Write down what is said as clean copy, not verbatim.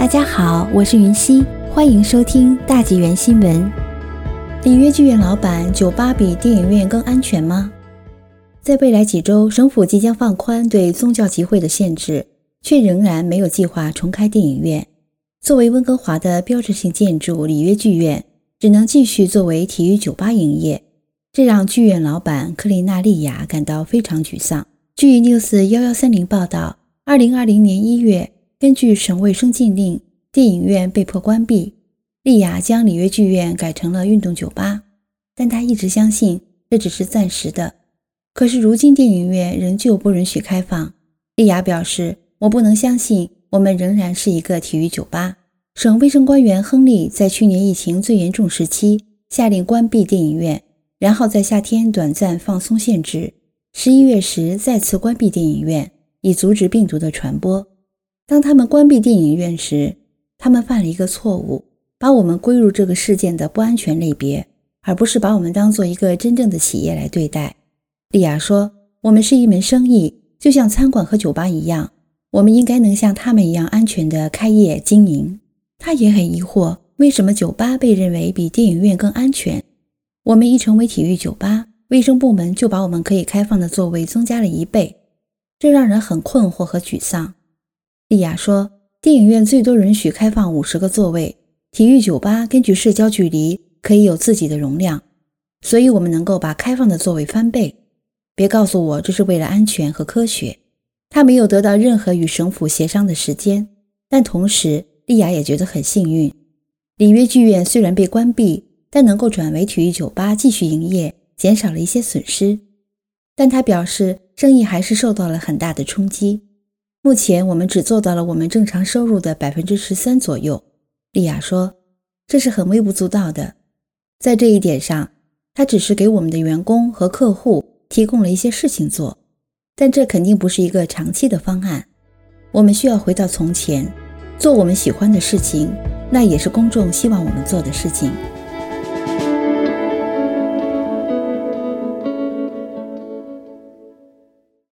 大家好，我是云溪，欢迎收听大纪元新闻。里约剧院老板，酒吧比电影院更安全吗？在未来几周，省府即将放宽对宗教集会的限制，却仍然没有计划重开电影院。作为温哥华的标志性建筑，里约剧院只能继续作为体育酒吧营业，这让剧院老板克丽娜莉亚感到非常沮丧。据 News1130 报道，2020年1月，根据省卫生禁令，电影院被迫关闭。莉亚将里约剧院改成了运动酒吧，但她一直相信这只是暂时的。可是如今电影院仍旧不允许开放。莉亚表示，我不能相信我们仍然是一个体育酒吧。省卫生官员亨利在去年疫情最严重时期下令关闭电影院，然后在夏天短暂放松限制，11月时再次关闭电影院，以阻止病毒的传播。当他们关闭电影院时，他们犯了一个错误，把我们归入这个事件的不安全类别，而不是把我们当作一个真正的企业来对待。莉亚说，我们是一门生意，就像餐馆和酒吧一样，我们应该能像他们一样安全地开业经营。他也很疑惑，为什么酒吧被认为比电影院更安全？我们一成为体育酒吧，卫生部门就把我们可以开放的座位增加了1倍，这让人很困惑和沮丧。莉亚说，电影院最多允许开放50个座位，体育酒吧根据社交距离可以有自己的容量，所以我们能够把开放的座位翻倍。别告诉我这是为了安全和科学。他没有得到任何与省府协商的时间，但同时莉亚也觉得很幸运。里约剧院虽然被关闭，但能够转为体育酒吧继续营业，减少了一些损失。但他表示，生意还是受到了很大的冲击。目前我们只做到了我们正常收入的 13% 左右。莉亚说，这是很微不足道的。在这一点上，他只是给我们的员工和客户提供了一些事情做，但这肯定不是一个长期的方案。我们需要回到从前，做我们喜欢的事情，那也是公众希望我们做的事情。